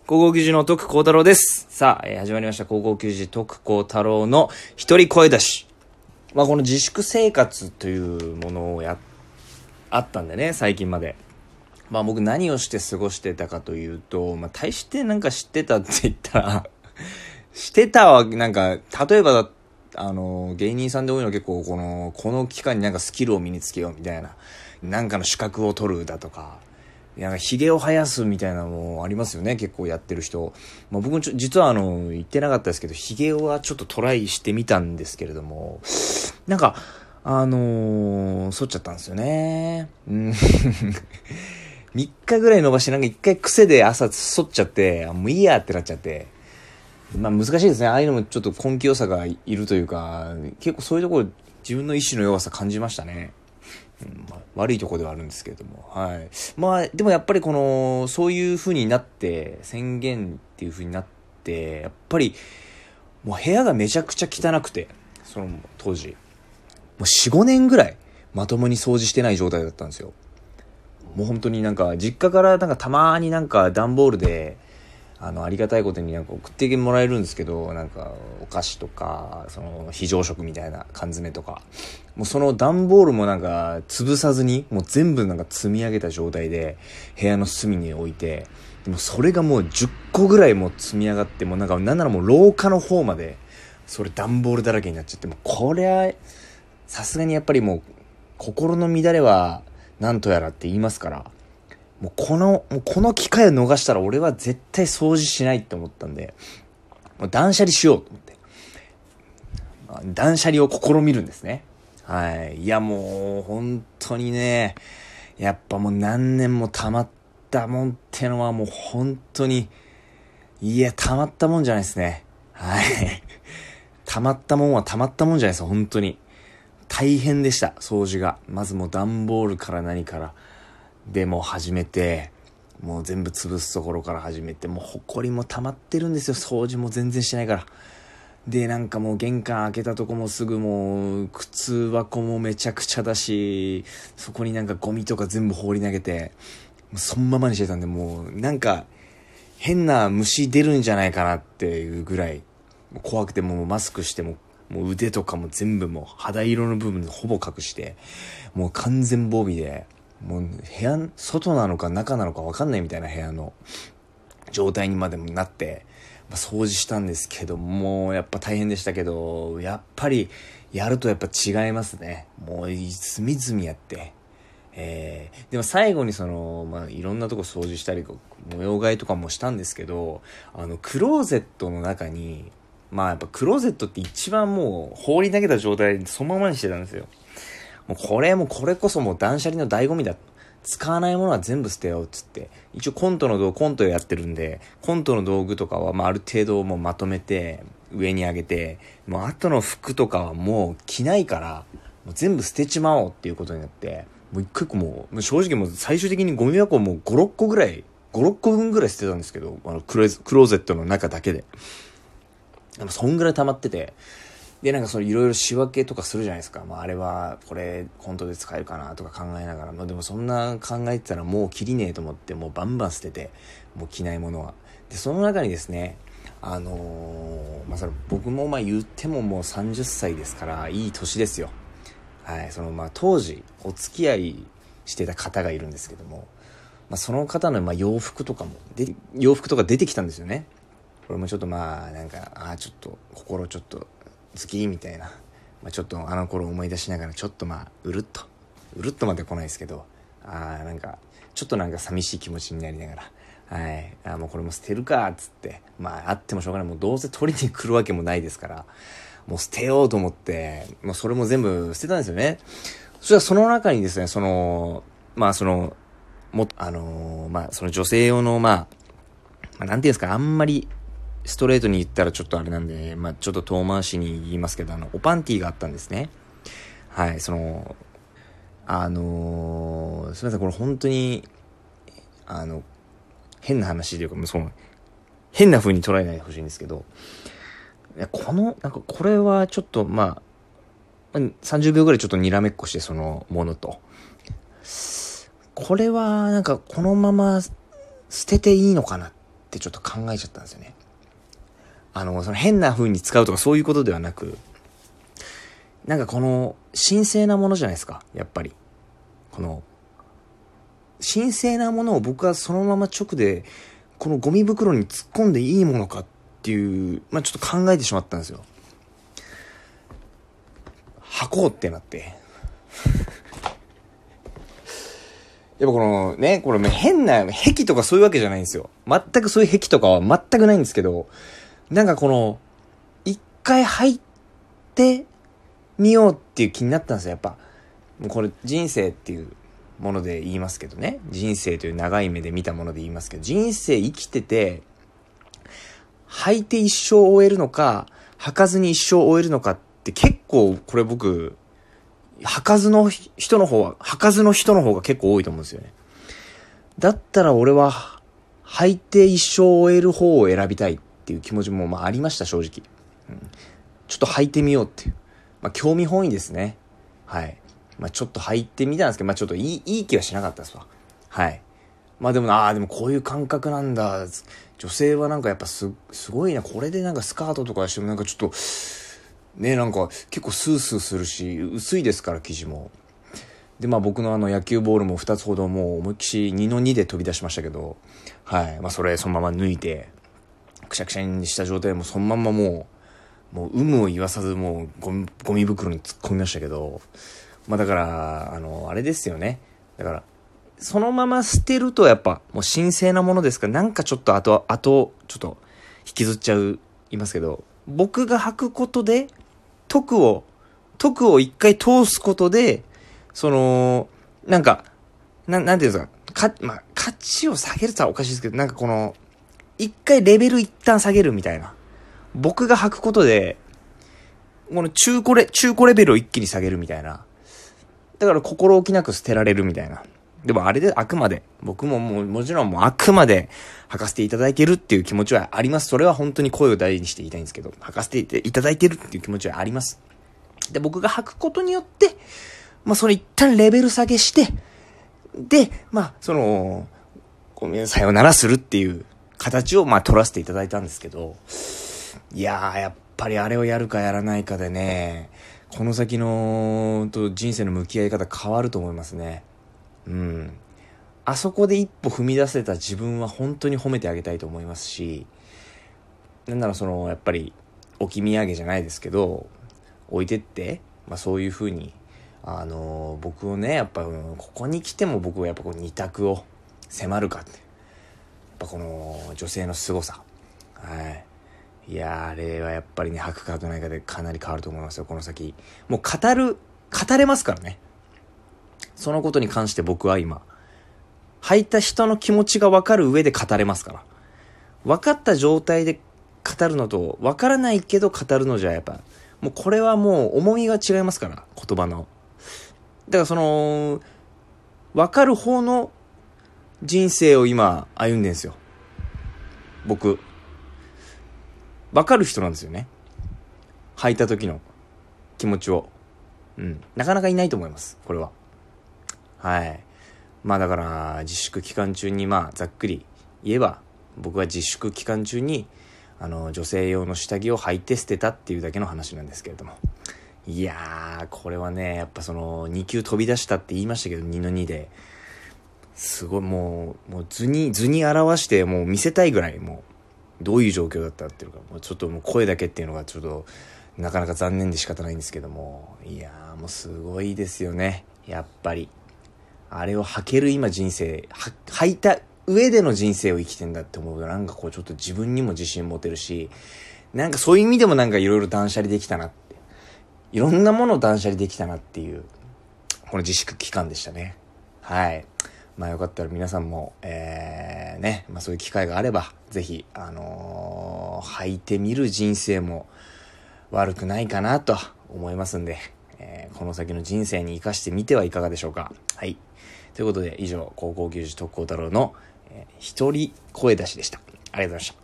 高校球児の徳光太郎です。さあ、始まりました高校球児徳光太郎の一人声出し。この自粛生活というものをあったんでね、最近まで。僕何をして過ごしてたかというと、大してなんか知ってたって言ったら、してたはなんか、例えば芸人さんで多いのは結構この期間になんかスキルを身につけようみたいな、なんかの資格を取るだとか、髭を生やすみたいなのもありますよね、結構やってる人。僕も実は言ってなかったですけど、髭はちょっとトライしてみたんですけれども、なんか、剃っちゃったんですよね。3日ぐらい伸ばして、なんか1回癖で朝剃っちゃって、もういいやってなっちゃって。難しいですね。ああいうのもちょっと根気良さがいるというか、結構そういうところ自分の意志の弱さ感じましたね。悪いところではあるんですけれども、はい。でもやっぱりそういう風になって、宣言っていう風になって、やっぱりもう部屋がめちゃくちゃ汚くて、その当時もう 4,5 年ぐらいまともに掃除してない状態だったんですよ。もう本当になんか実家からなんかたまになんか段ボールでありがたいことになんか送ってもらえるんですけど、なんかお菓子とかその非常食みたいな缶詰とか、もうその段ボールもなんか潰さずにもう全部なんか積み上げた状態で部屋の隅に置いて、でもそれがもう10個ぐらいもう積み上がって、もうなんならもう廊下の方までそれ段ボールだらけになっちゃって、もうこれはさすがにやっぱりもう心の乱れはなんとやらって言いますから、もうこの機会を逃したら俺は絶対掃除しないって思ったんで、もう断捨離しようと思って、断捨離を試みるんですね。はい。いやもう本当にね、やっぱもう何年も溜まったもんってのはもう本当に、いや溜まったもんじゃないですね。はい。溜まったもんは溜まったもんじゃないですよ、本当に。大変でした、掃除が。まずもう段ボールから何からでも始めて、もう全部潰すところから始めて、もう埃も溜まってるんですよ、掃除も全然してないから。でなんかもう玄関開けたとこもすぐもう靴箱もめちゃくちゃだし、そこになんかゴミとか全部放り投げて、もうそのままにしてたんで、もうなんか変な虫出るんじゃないかなっていうぐらい怖くて、もうマスクしてもう腕とかも全部もう肌色の部分ほぼ隠して、もう完全防備で、もう部屋外なのか中なのか分かんないみたいな部屋の状態にまでもなって、掃除したんですけど、もうやっぱ大変でしたけど、やっぱりやるとやっぱ違いますね。もう隅々やって、でも最後にいろんなとこ掃除したり模様替えとかもしたんですけど、クローゼットの中にやっぱクローゼットって一番もう放り投げた状態でそのままにしてたんですよ。もうこれこそもう断捨離の醍醐味だ。使わないものは全部捨てようっつって。一応コントをやってるんで、コントの道具とかはある程度もうまとめて上に上げて、もう後の服とかはもう着ないからもう全部捨てちまおうっていうことになって、もう一個もう正直もう最終的にゴミ箱もう5、6個分ぐらい捨てたんですけど、クローゼットの中だけで。そんぐらい溜まってて、でなんかいろいろ仕分けとかするじゃないですか。あれはこれコントで使えるかなとか考えながら、でもそんな考えてたらもう着りねえと思って、もうバンバン捨てて、もう着ないものは。でその中にですね、それ僕も言ってももう30歳ですからいい年ですよ。はい。当時お付き合いしてた方がいるんですけども、その方の洋服とか出てきたんですよね。これもちょっとちょっと心ちょっと好きみたいな、ちょっとあの頃思い出しながら、ちょっとうるっとまで来ないですけど、ちょっと寂しい気持ちになりながら、はい、もうこれも捨てるかっつって、あってもしょうがない、もうどうせ取りに来るわけもないですから、もう捨てようと思って、もうそれも全部捨てたんですよね。そしたらその中にですね、その女性用のなんていうんですか、あんまりストレートに言ったらちょっとあれなんで、ちょっと遠回しに言いますけど、おパンティーがあったんですね。はい、すみません、これ本当に、変な話というか、変な風に捉えないでほしいんですけど、いや、これはちょっと30秒ぐらいちょっとにらめっこして、そのものと。これはこのまま捨てていいのかなっってちょっと考えちゃったんですよね。その変な風に使うとかそういうことではなく、なんかこの神聖なものじゃないですか、やっぱり。この神聖なものを僕はそのまま直でこのゴミ袋に突っ込んでいいものかっていう、ちょっと考えてしまったんですよ。吐こうってなって。やっぱこのね、これ変な癖とかそういうわけじゃないんですよ。全くそういう癖とかは全くないんですけど、なんかこの一回入ってみようっていう気になったんですよ。やっぱもうこれ人生っていうもので言いますけどね、人生という長い目で見たもので言いますけど、人生生きてて履いて一生終えるのか履かずに一生終えるのかって結構これ僕履かずの人の方が結構多いと思うんですよね。だったら俺は履いて一生終える方を選びたいっていう気持ちもありました、正直、ちょっと履いてみようっていう、興味本位ですね。はい。ちょっと履いてみたんですけど、ちょっといい気はしなかったですわ。はい。でもこういう感覚なんだ。女性はなんかやっぱすごいな。これでなんかスカートとかしてもなんかちょっとね、なんか結構スースーするし、薄いですから生地も。で僕の野球ボールも2つほどもう思いっきし2の2で飛び出しましたけど、はい。それそのまま抜いてくしゃくしゃにした状態でもそのままもう有無を言わさずもうゴミ袋に突っ込みましたけど、だからあれですよね。だからそのまま捨てるとやっぱもう神聖なものですから、なんかちょっと後ちょっと引きずっちゃいますけど、僕が履くことで徳を一回通すことで、なんていうんですか、価値を下げるとはおかしいですけど、なんかこの一回レベル一旦下げるみたいな、僕が履くことでこの中古レベルを一気に下げるみたいな、だから心置きなく捨てられるみたいな。でもあれであくまで僕ももちろんあくまで履かせていただいてるっていう気持ちはあります。それは本当に声を大事にして言いたいんですけど、履かせていただいてるっていう気持ちはあります。で僕が履くことによってそれ一旦レベル下げして、でさよならするっていう形を取らせていただいたんですけど、いやーやっぱりあれをやるかやらないかでね、この先の人生の向き合い方変わると思いますね。あそこで一歩踏み出せた自分は本当に褒めてあげたいと思いますし、なんならやっぱり置き土産じゃないですけど置いてって、そういう風に僕をね、やっぱここに来ても僕はやっぱ二択を迫るかって、やっぱこの女性の凄さ、いやあれはやっぱりね、履くか履かないかでかなり変わると思いますよ。この先もう語れますからね。そのことに関して僕は今履いた人の気持ちが分かる上で語れますから。分かった状態で語るのと分からないけど語るのじゃやっぱもうこれはもう重みが違いますから、言葉の。だから分かる方の人生を今歩んでんですよ。僕分かる人なんですよね、履いた時の気持ちを。なかなかいないと思います、これは。はい。だから自粛期間中にざっくり言えば、僕は自粛期間中に女性用の下着を履いて捨てたっていうだけの話なんですけれども、いやーこれはね、やっぱ2級飛び出したって言いましたけど、2の2ですごいもう図に表してもう見せたいぐらい、もうどういう状況だったっていうか、もうちょっともう声だけっていうのがちょっとなかなか残念で仕方ないんですけども、いやーもうすごいですよね。やっぱりあれを履ける今人生履いた上での人生を生きてんだって思うと、なんかちょっと自分にも自信持てるし、なんかそういう意味でもなんかいろいろ断捨離できたなって、いろんなものを断捨離できたなっていうこの自粛期間でしたね。はい。よかったら皆さんもそういう機会があればぜひ履いてみる人生も悪くないかなと思いますんで、この先の人生に生かしてみてはいかがでしょうか。はい。ということで以上、高校球児特攻太郎の一人声出しでした。ありがとうございました。